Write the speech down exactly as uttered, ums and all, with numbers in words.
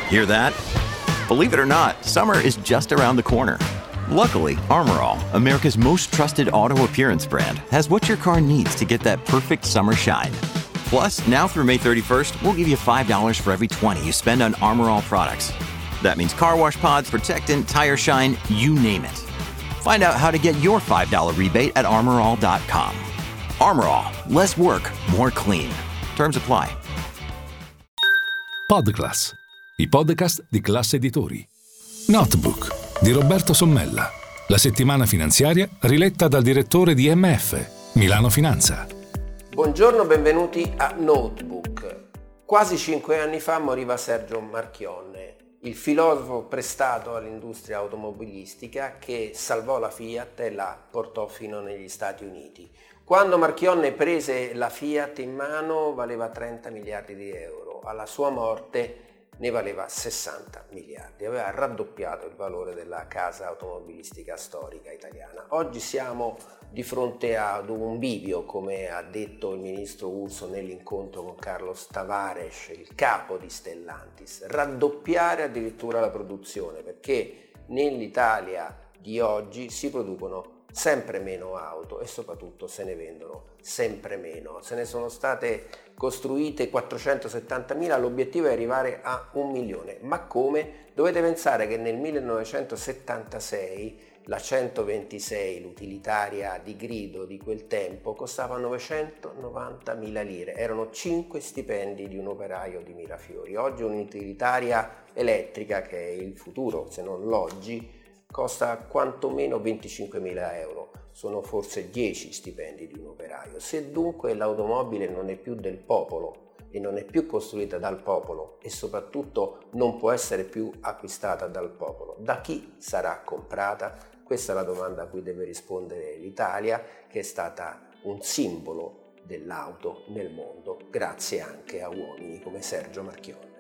Hear that? Believe it or not, summer is just around the corner. Luckily, Armor All, America's most trusted auto appearance brand, has what your car needs to get that perfect summer shine. Plus, now through May thirty-first, we'll give you five dollars for every twenty you spend on Armor All products. That means car wash pods, protectant, tire shine, you name it. Find out how to get your five dollars rebate at armor all dot com. Armor All, less work, more clean. Terms apply. Podclass, i podcast di Classe Editori. Notebook di Roberto Sommella, la settimana finanziaria riletta dal direttore di M F, Milano Finanza. Buongiorno, benvenuti a Notebook. Quasi cinque anni fa moriva Sergio Marchionne, il filosofo prestato all'industria automobilistica che salvò la Fiat e la portò fino negli Stati Uniti. Quando Marchionne prese la Fiat in mano valeva trenta miliardi di euro, alla sua morte ne valeva sessanta miliardi, aveva raddoppiato il valore della casa automobilistica storica italiana. Oggi siamo di fronte ad un bivio, come ha detto il ministro Urso nell'incontro con Carlos Tavares, il capo di Stellantis, raddoppiare addirittura la produzione, perché nell'Italia di oggi si producono sempre meno auto e soprattutto se ne vendono sempre meno. Se ne sono state costruite quattrocentosettantamila, l'obiettivo è arrivare a un milione. Ma come? Dovete pensare che nel millenovecentosettantasei la centoventisei, l'utilitaria di grido di quel tempo, costava novecentonovantamila lire, erano cinque stipendi di un operaio di Mirafiori. Oggi un'utilitaria elettrica, che è il futuro se non l'oggi, costa quantomeno venticinquemila euro, sono forse dieci stipendi di un operaio. Se dunque l'automobile non è più del popolo e non è più costruita dal popolo e soprattutto non può essere più acquistata dal popolo, da chi sarà comprata? Questa è la domanda a cui deve rispondere l'Italia, che è stata un simbolo dell'auto nel mondo, grazie anche a uomini come Sergio Marchionne.